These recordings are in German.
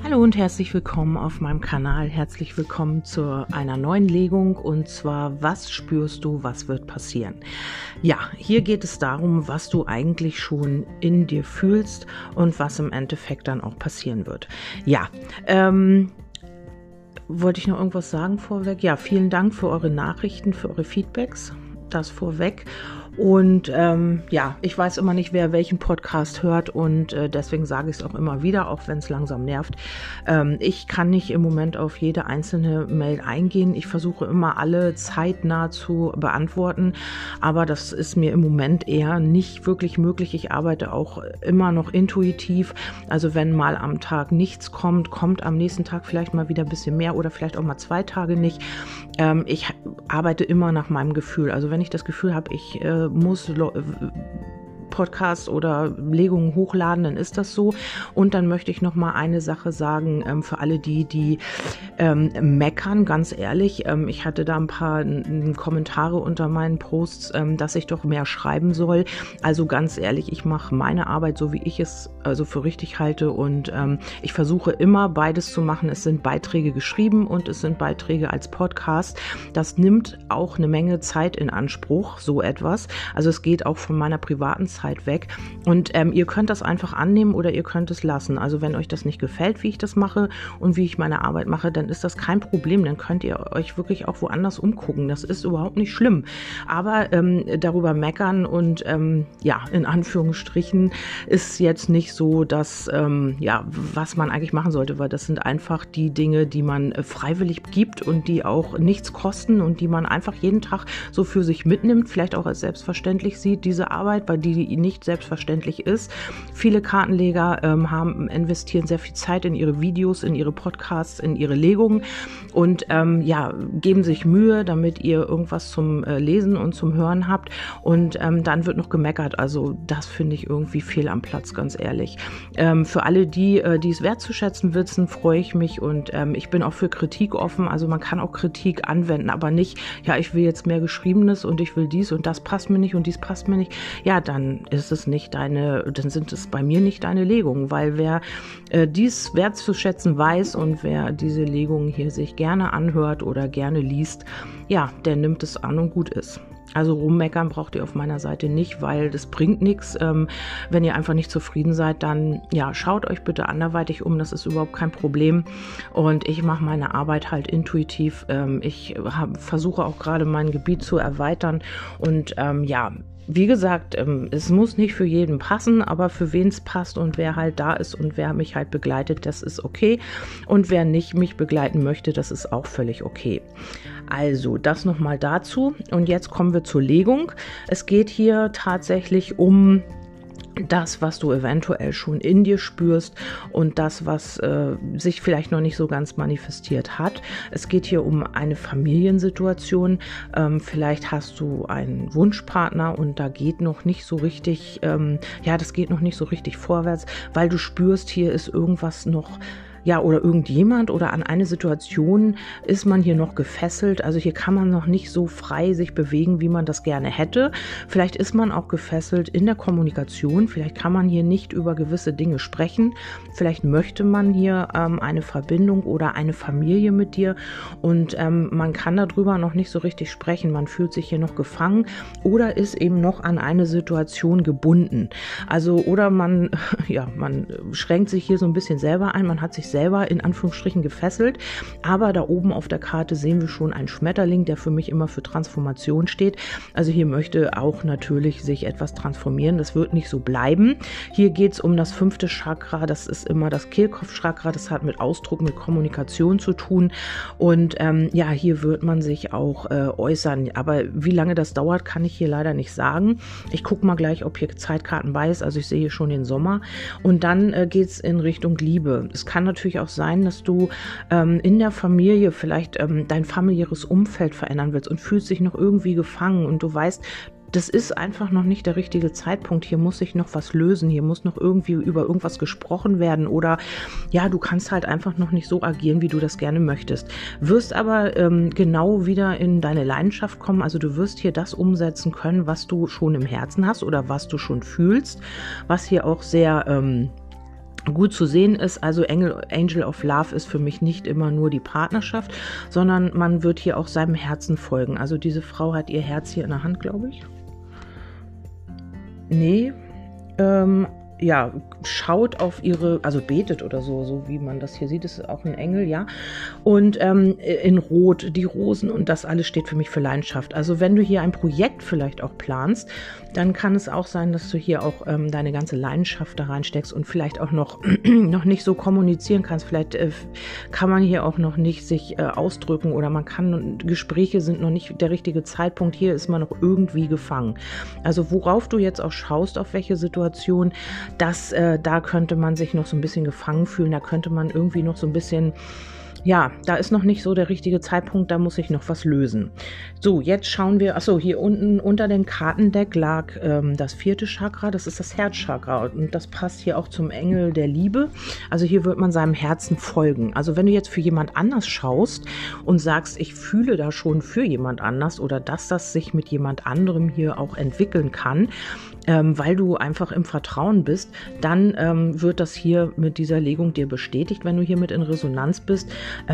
Hallo und herzlich willkommen auf meinem Kanal. Herzlich willkommen zu einer neuen Legung, und zwar: Was spürst du, was wird passieren? Ja, hier geht es darum, was du eigentlich schon in dir fühlst und was im Endeffekt dann auch passieren wird. Ja, wollte ich noch irgendwas sagen vorweg? Ja, vielen Dank für eure Nachrichten, für eure Feedbacks, das vorweg. Und ja, ich weiß immer nicht, wer welchen Podcast hört, und deswegen sage ich es auch immer wieder, auch wenn es langsam nervt. Ich kann nicht im Moment auf jede einzelne Mail eingehen. Ich versuche immer, alle zeitnah zu beantworten, aber das ist mir im Moment eher nicht wirklich möglich. Ich arbeite auch immer noch intuitiv. Also wenn mal am Tag nichts kommt, kommt am nächsten Tag vielleicht mal wieder ein bisschen mehr oder vielleicht auch mal 2 Tage nicht. Ich arbeite immer nach meinem Gefühl. Also wenn ich das Gefühl habe, ich muss Podcast oder Legungen hochladen, dann ist das so. Und dann möchte ich noch mal eine Sache sagen, für alle die meckern, ganz ehrlich. Ich hatte da ein paar Kommentare unter meinen Posts, dass ich doch mehr schreiben soll. Also ganz ehrlich, ich mache meine Arbeit so, wie ich es also für richtig halte, und ich versuche immer beides zu machen. Es sind Beiträge geschrieben und es sind Beiträge als Podcast. Das nimmt auch eine Menge Zeit in Anspruch, so etwas. Also es geht auch von meiner privaten Zeit weg, und ihr könnt das einfach annehmen oder ihr könnt es lassen. Also wenn euch das nicht gefällt, wie ich das mache und wie ich meine Arbeit mache, dann ist das kein Problem. Dann könnt ihr euch wirklich auch woanders umgucken. Das ist überhaupt nicht schlimm. Aber darüber meckern und ja, in Anführungsstrichen ist jetzt nicht so, dass ja, was man eigentlich machen sollte, weil das sind einfach die Dinge, die man freiwillig gibt und die auch nichts kosten und die man einfach jeden Tag so für sich mitnimmt, vielleicht auch als selbstverständlich sieht, diese Arbeit, weil die nicht selbstverständlich ist. Viele Kartenleger investieren sehr viel Zeit in ihre Videos, in ihre Podcasts, in ihre Legungen und ja, geben sich Mühe, damit ihr irgendwas zum Lesen und zum Hören habt, und dann wird noch gemeckert. Also das finde ich irgendwie fehl am Platz, ganz ehrlich. Für alle, die es wertzuschätzen wissen, freue ich mich, und ich bin auch für Kritik offen. Also man kann auch Kritik anwenden, aber nicht, ja, ich will jetzt mehr Geschriebenes und ich will dies und das passt mir nicht und dies passt mir nicht. Ja, dann dann sind es bei mir nicht deine Legungen, weil wer dies wertzuschätzen weiß und wer diese Legungen hier sich gerne anhört oder gerne liest, ja, der nimmt es an und gut ist. Also rummeckern braucht ihr auf meiner Seite nicht, weil das bringt nichts. Wenn ihr einfach nicht zufrieden seid, dann ja, schaut euch bitte anderweitig um, das ist überhaupt kein Problem. Und ich mache meine Arbeit halt intuitiv. Ich versuche auch gerade mein Gebiet zu erweitern, und ja, wie gesagt, es muss nicht für jeden passen, aber für wen es passt und wer halt da ist und wer mich halt begleitet, das ist okay. Und wer nicht mich begleiten möchte, das ist auch völlig okay. Also das nochmal dazu. Und jetzt kommen wir zur Legung. Es geht hier tatsächlich um das, was du eventuell schon in dir spürst und das, was sich vielleicht noch nicht so ganz manifestiert hat. Es geht hier um eine Familiensituation. Vielleicht hast du einen Wunschpartner und da geht noch nicht so richtig, ja, das geht noch nicht so richtig vorwärts, weil du spürst, hier ist irgendwas noch, ja, oder irgendjemand oder an eine Situation ist man hier noch gefesselt. Also hier kann man noch nicht so frei sich bewegen, wie man das gerne hätte. Vielleicht ist man auch gefesselt in der Kommunikation. Vielleicht kann man hier nicht über gewisse Dinge sprechen. Vielleicht möchte man hier eine Verbindung oder eine Familie mit dir, und man kann darüber noch nicht so richtig sprechen. Man fühlt sich hier noch gefangen oder ist eben noch an eine Situation gebunden. Also oder man, ja, man schränkt sich hier so ein bisschen selber ein. Man hat sich selber in Anführungsstrichen gefesselt, aber da oben auf der Karte sehen wir schon einen Schmetterling, der für mich immer für Transformation steht. Also hier möchte auch natürlich sich etwas transformieren, das wird nicht so bleiben. Hier geht es um das 5. Chakra, das ist immer das Kehlkopfchakra, das hat mit Ausdruck, mit Kommunikation zu tun, und ja, hier wird man sich auch äußern, aber wie lange das dauert, kann ich hier leider nicht sagen. Ich gucke mal gleich, ob hier Zeitkarten bei ist, also ich sehe hier schon den Sommer, und dann geht es in Richtung Liebe. Es kann natürlich auch sein, dass du in der Familie vielleicht dein familiäres Umfeld verändern willst und fühlst dich noch irgendwie gefangen, und du weißt, das ist einfach noch nicht der richtige Zeitpunkt. Hier muss sich noch was lösen. Hier muss noch irgendwie über irgendwas gesprochen werden. Oder ja, du kannst halt einfach noch nicht so agieren, wie du das gerne möchtest. Wirst aber genau wieder in deine Leidenschaft kommen. Also du wirst hier das umsetzen können, was du schon im Herzen hast oder was du schon fühlst. Was hier auch sehr gut zu sehen ist, also Angel of Love ist für mich nicht immer nur die Partnerschaft, sondern man wird hier auch seinem Herzen folgen. Also diese Frau hat ihr Herz hier in der Hand, glaube ich. Nee, ja, schaut auf ihre, also betet oder so, so wie man das hier sieht, ist auch ein Engel, ja. Und in Rot, die Rosen und das alles steht für mich für Leidenschaft. Also wenn du hier ein Projekt vielleicht auch planst, dann kann es auch sein, dass du hier auch deine ganze Leidenschaft da reinsteckst und vielleicht auch noch nicht so kommunizieren kannst. Vielleicht kann man hier auch noch nicht sich ausdrücken oder Gespräche sind noch nicht der richtige Zeitpunkt. Hier ist man noch irgendwie gefangen. Also worauf du jetzt auch schaust, auf welche Situation, da könnte man sich noch so ein bisschen gefangen fühlen, da könnte man irgendwie noch so ein bisschen, ja, da ist noch nicht so der richtige Zeitpunkt, da muss ich noch was lösen. So, jetzt schauen wir, achso, hier unten unter dem Kartendeck lag das 4. Chakra, das ist das Herzchakra und das passt hier auch zum Engel der Liebe. Also hier wird man seinem Herzen folgen. Also wenn du jetzt für jemand anders schaust und sagst, ich fühle da schon für jemand anders oder dass das sich mit jemand anderem hier auch entwickeln kann, weil du einfach im Vertrauen bist, dann wird das hier mit dieser Legung dir bestätigt, wenn du hier mit in Resonanz bist,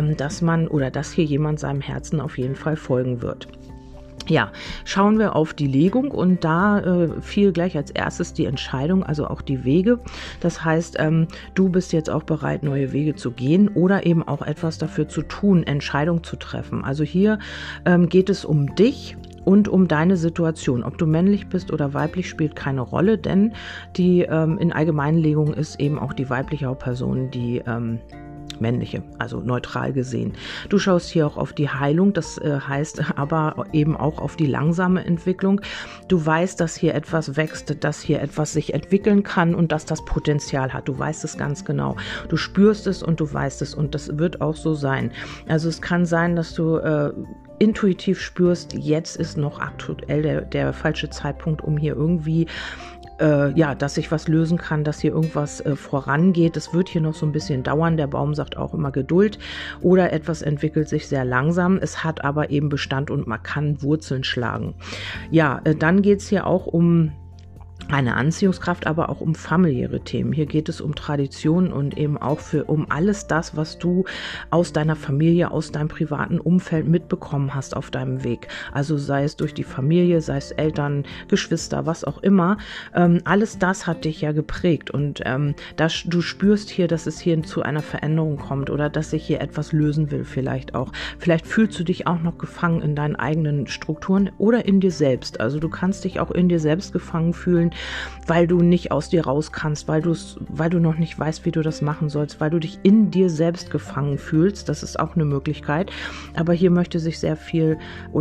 dass hier jemand seinem Herzen auf jeden Fall folgen wird. Ja, schauen wir auf die Legung und da fiel gleich als erstes die Entscheidung, also auch die Wege. Das heißt, du bist jetzt auch bereit, neue Wege zu gehen oder eben auch etwas dafür zu tun, Entscheidungen zu treffen. Also hier geht es um dich und um deine Situation. Ob du männlich bist oder weiblich, spielt keine Rolle, denn die in Allgemeinlegung ist eben auch die weibliche Hauptperson die männliche, also neutral gesehen. Du schaust hier auch auf die Heilung, das heißt aber eben auch auf die langsame Entwicklung. Du weißt, dass hier etwas wächst, dass hier etwas sich entwickeln kann und dass das Potenzial hat. Du weißt es ganz genau. Du spürst es und du weißt es und das wird auch so sein. Also es kann sein, dass du intuitiv spürst, jetzt ist noch aktuell der falsche Zeitpunkt, um hier irgendwie dass sich was lösen kann, dass hier irgendwas vorangeht. Das wird hier noch so ein bisschen dauern. Der Baum sagt auch immer Geduld oder etwas entwickelt sich sehr langsam. Es hat aber eben Bestand und man kann Wurzeln schlagen. Ja, dann geht es hier auch um eine Anziehungskraft, aber auch um familiäre Themen. Hier geht es um Tradition und eben auch um alles das, was du aus deiner Familie, aus deinem privaten Umfeld mitbekommen hast auf deinem Weg. Also sei es durch die Familie, sei es Eltern, Geschwister, was auch immer. Alles das hat dich ja geprägt und du spürst hier, dass es hier zu einer Veränderung kommt oder dass sich hier etwas lösen will vielleicht auch. Vielleicht fühlst du dich auch noch gefangen in deinen eigenen Strukturen oder in dir selbst. Also du kannst dich auch in dir selbst gefangen fühlen, weil du nicht aus dir raus kannst, weil du noch nicht weißt, wie du das machen sollst, weil du dich in dir selbst gefangen fühlst. Das ist auch eine Möglichkeit. Aber hier möchte sehr viel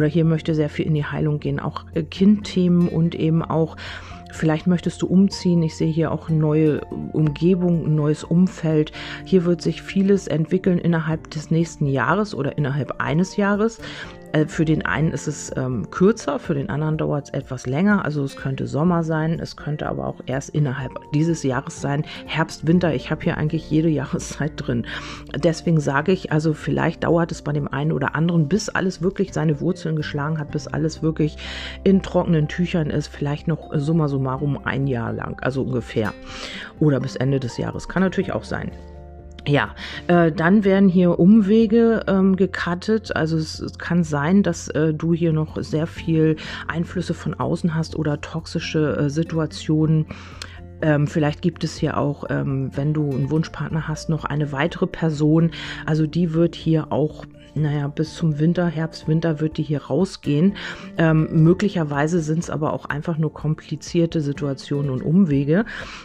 in die Heilung gehen. Auch Kindthemen und eben auch vielleicht möchtest du umziehen. Ich sehe hier auch eine neue Umgebung, ein neues Umfeld. Hier wird sich vieles entwickeln innerhalb des nächsten Jahres oder innerhalb eines Jahres. Für den einen ist es kürzer, für den anderen dauert es etwas länger. Also es könnte Sommer sein, es könnte aber auch erst innerhalb dieses Jahres sein. Herbst, Winter, ich habe hier eigentlich jede Jahreszeit drin. Deswegen sage ich, also vielleicht dauert es bei dem einen oder anderen, bis alles wirklich seine Wurzeln geschlagen hat, bis alles wirklich in trockenen Tüchern ist. Vielleicht noch summa summarum ein Jahr lang, also ungefähr. Oder bis Ende des Jahres, kann natürlich auch sein. Ja, dann werden hier Umwege gecuttet. Also es kann sein, dass du hier noch sehr viel Einflüsse von außen hast oder toxische Situationen. Vielleicht gibt es hier auch, wenn du einen Wunschpartner hast, noch eine weitere Person. Also die wird hier auch, bis zum Winter, Herbst, Winter wird die hier rausgehen. Möglicherweise sind es aber auch einfach nur komplizierte Situationen und Umwege,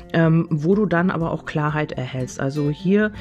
wo du dann aber auch Klarheit erhältst. Also hier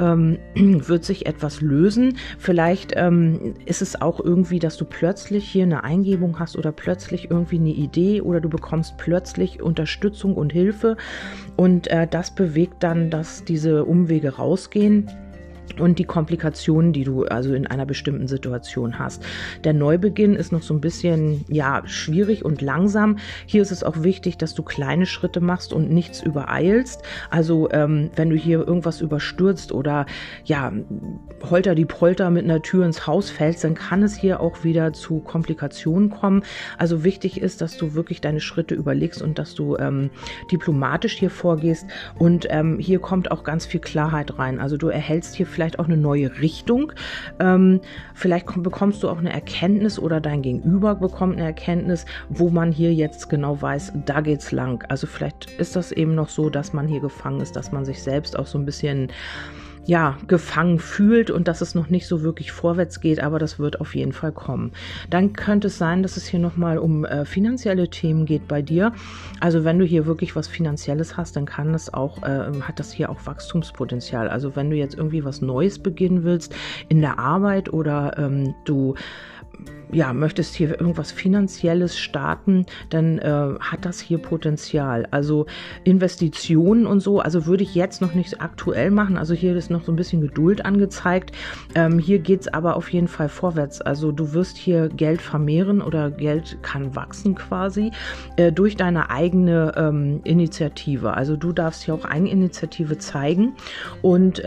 wird sich etwas lösen. Vielleicht ist es auch irgendwie, dass du plötzlich hier eine Eingebung hast oder plötzlich irgendwie eine Idee oder du bekommst plötzlich Unterstützung und Hilfe und das bewegt dann, dass diese Umwege rausgehen. und die Komplikationen, die du also in einer bestimmten Situation hast. Der Neubeginn ist noch so ein bisschen, ja, schwierig und langsam. Hier ist es auch wichtig, dass du kleine Schritte machst und nichts übereilst. Also wenn du hier irgendwas überstürzt oder ja, holter die Polter mit einer Tür ins Haus fällst, dann kann es hier auch wieder zu Komplikationen kommen. Also wichtig ist, dass du wirklich deine Schritte überlegst und dass du diplomatisch hier vorgehst. Und hier kommt auch ganz viel Klarheit rein. Also du erhältst hier vielleicht auch eine neue Richtung. Vielleicht bekommst du auch eine Erkenntnis oder dein Gegenüber bekommt eine Erkenntnis, wo man hier jetzt genau weiß, da geht's lang. Also vielleicht ist das eben noch so, dass man hier gefangen ist, dass man sich selbst auch so ein bisschen ja, gefangen fühlt und dass es noch nicht so wirklich vorwärts geht, aber das wird auf jeden Fall kommen. Dann könnte es sein, dass es hier nochmal um finanzielle Themen geht bei dir. Also wenn du hier wirklich was Finanzielles hast, dann kann es auch, hat das hier auch Wachstumspotenzial. Also wenn du jetzt irgendwie was Neues beginnen willst in der Arbeit oder du ja, möchtest hier irgendwas Finanzielles starten, dann hat das hier Potenzial. Also Investitionen und so, also würde ich jetzt noch nicht aktuell machen. Also hier ist noch so ein bisschen Geduld angezeigt. Hier geht es aber auf jeden Fall vorwärts. Also du wirst hier Geld vermehren oder Geld kann wachsen quasi durch deine eigene Initiative. Also du darfst hier auch Eigeninitiative zeigen und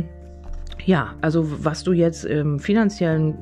ja, also was du jetzt in finanzieller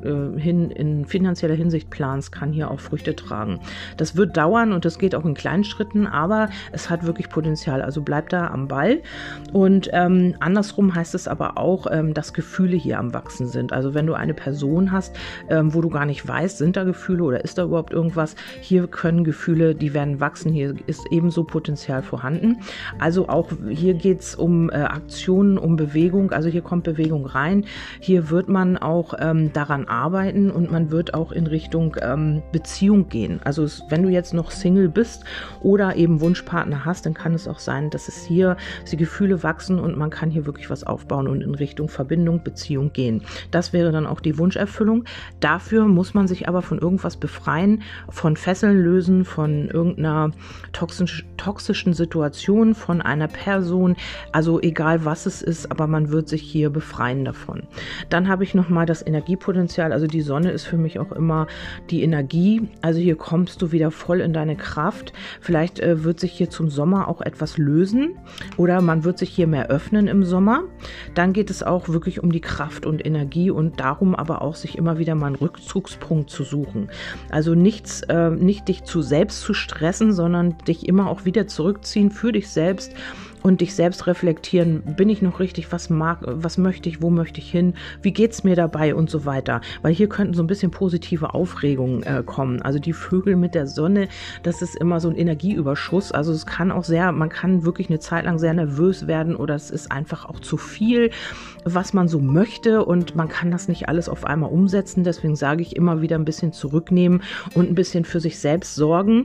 Hinsicht planst, kann hier auch Früchte tragen. Das wird dauern und das geht auch in kleinen Schritten, aber es hat wirklich Potenzial. Also bleib da am Ball. Und andersrum heißt es aber auch, dass Gefühle hier am Wachsen sind. Also wenn du eine Person hast, wo du gar nicht weißt, sind da Gefühle oder ist da überhaupt irgendwas, hier können Gefühle, die werden wachsen. Hier ist ebenso Potenzial vorhanden. Also auch hier geht es um Aktionen, um Bewegung. Also hier kommt Bewegung rein. Hier wird man auch daran arbeiten und man wird auch in Richtung Beziehung gehen. Also wenn du jetzt noch Single bist oder eben Wunschpartner hast, dann kann es auch sein, dass es hier die Gefühle wachsen und man kann hier wirklich was aufbauen und in Richtung Verbindung, Beziehung gehen. Das wäre dann auch die Wunscherfüllung. Dafür muss man sich aber von irgendwas befreien, von Fesseln lösen, von irgendeiner toxischen Situation, von einer Person. Also egal was es ist, aber man wird sich hier befreien davon. Dann habe ich nochmal das Energiepotenzial. Also die Sonne ist für mich auch immer die Energie. Also hier kommst du wieder voll in deine Kraft. Vielleicht wird sich hier zum Sommer auch etwas lösen oder man wird sich hier mehr öffnen im Sommer. Dann geht es auch wirklich um die Kraft und Energie und darum aber auch sich immer wieder mal einen Rückzugspunkt zu suchen. Also nicht dich zu selbst zu stressen, sondern dich immer auch wieder zurückziehen für dich selbst und dich selbst reflektieren, bin ich noch richtig, was möchte ich, wo möchte ich hin, wie geht's mir dabei und so weiter. Weil hier könnten so ein bisschen positive Aufregungen kommen. Also die Vögel mit der Sonne, das ist immer so ein Energieüberschuss. Also es kann auch man kann wirklich eine Zeit lang sehr nervös werden oder es ist einfach auch zu viel, was man so möchte und man kann das nicht alles auf einmal umsetzen. Deswegen sage ich immer wieder ein bisschen zurücknehmen und ein bisschen für sich selbst sorgen.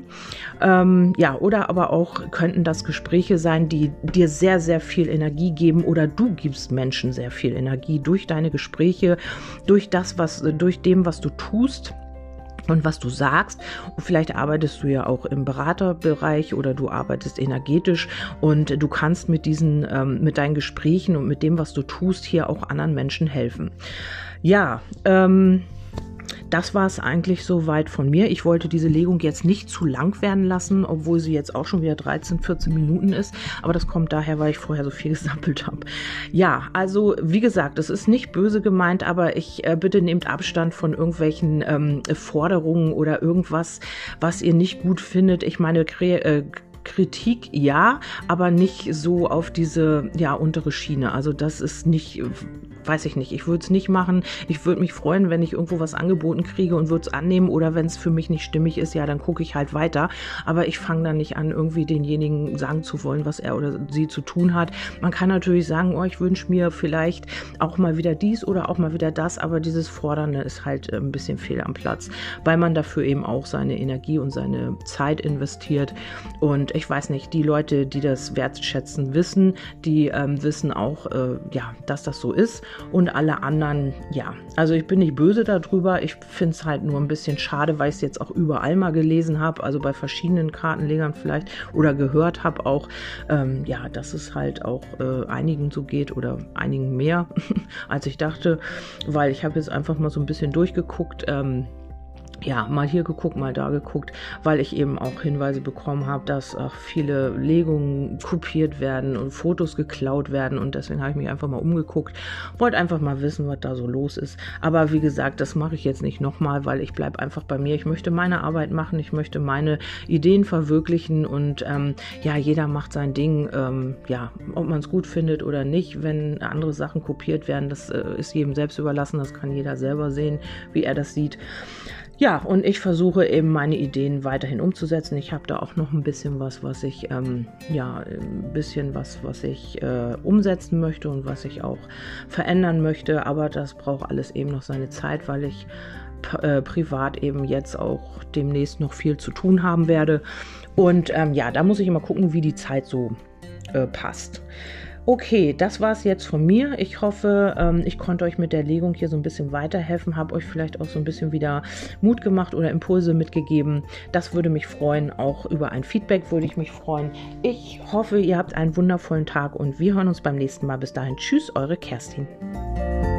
Ja, oder aber auch könnten das Gespräche sein, die dir sehr, sehr viel Energie geben oder du gibst Menschen sehr viel Energie durch deine Gespräche, durch dem, was du tust und was du sagst. Und vielleicht arbeitest du ja auch im Beraterbereich oder du arbeitest energetisch und du kannst mit deinen Gesprächen und mit dem, was du tust, hier auch anderen Menschen helfen. Ja, das war es eigentlich soweit von mir. Ich wollte diese Legung jetzt nicht zu lang werden lassen, obwohl sie jetzt auch schon wieder 13, 14 Minuten ist. Aber das kommt daher, weil ich vorher so viel gesammelt habe. Ja, also wie gesagt, es ist nicht böse gemeint, aber bitte nehmt Abstand von irgendwelchen Forderungen oder irgendwas, was ihr nicht gut findet. Ich meine, Kritik ja, aber nicht so auf diese untere Schiene. Also das ist nicht, weiß ich nicht, ich würde es nicht machen. Ich würde mich freuen, wenn ich irgendwo was angeboten kriege und würde es annehmen oder wenn es für mich nicht stimmig ist, ja, dann gucke ich halt weiter. Aber ich fange dann nicht an, irgendwie denjenigen sagen zu wollen, was er oder sie zu tun hat. Man kann natürlich sagen, oh, ich wünsche mir vielleicht auch mal wieder dies oder auch mal wieder das, aber dieses Fordernde ist halt ein bisschen fehl am Platz, weil man dafür eben auch seine Energie und seine Zeit investiert. Und ich weiß nicht, die Leute, die das wertschätzen, wissen, die wissen auch, dass das so ist. und alle anderen, ja, also ich bin nicht böse darüber, ich finde es halt nur ein bisschen schade, weil ich es jetzt auch überall mal gelesen habe, also bei verschiedenen Kartenlegern vielleicht oder gehört habe auch, ja, dass es halt auch einigen so geht oder einigen mehr, als ich dachte, weil ich habe jetzt einfach mal so ein bisschen durchgeguckt, ja, mal hier geguckt, mal da geguckt, weil ich eben auch Hinweise bekommen habe, dass auch viele Legungen kopiert werden und Fotos geklaut werden und deswegen habe ich mich einfach mal umgeguckt, wollte einfach mal wissen, was da so los ist. Aber wie gesagt, das mache ich jetzt nicht nochmal, weil ich bleibe einfach bei mir. Ich möchte meine Arbeit machen, ich möchte meine Ideen verwirklichen und ja, jeder macht sein Ding, ja, ob man es gut findet oder nicht. Wenn andere Sachen kopiert werden, das ist jedem selbst überlassen, das kann jeder selber sehen, wie er das sieht. Ja, und ich versuche eben meine Ideen weiterhin umzusetzen. Ich habe da auch noch ein bisschen was ich, ja, ein bisschen was ich umsetzen möchte und was ich auch verändern möchte. Aber das braucht alles eben noch seine Zeit, weil ich privat eben jetzt auch demnächst noch viel zu tun haben werde. Und ja, da muss ich immer gucken, wie die Zeit so passt. Okay, das war es jetzt von mir. Ich hoffe, ich konnte euch mit der Legung hier so ein bisschen weiterhelfen, habe euch vielleicht auch so ein bisschen wieder Mut gemacht oder Impulse mitgegeben. Das würde mich freuen. Auch über ein Feedback würde ich mich freuen. Ich hoffe, ihr habt einen wundervollen Tag und wir hören uns beim nächsten Mal. Bis dahin, tschüss, eure Kerstin.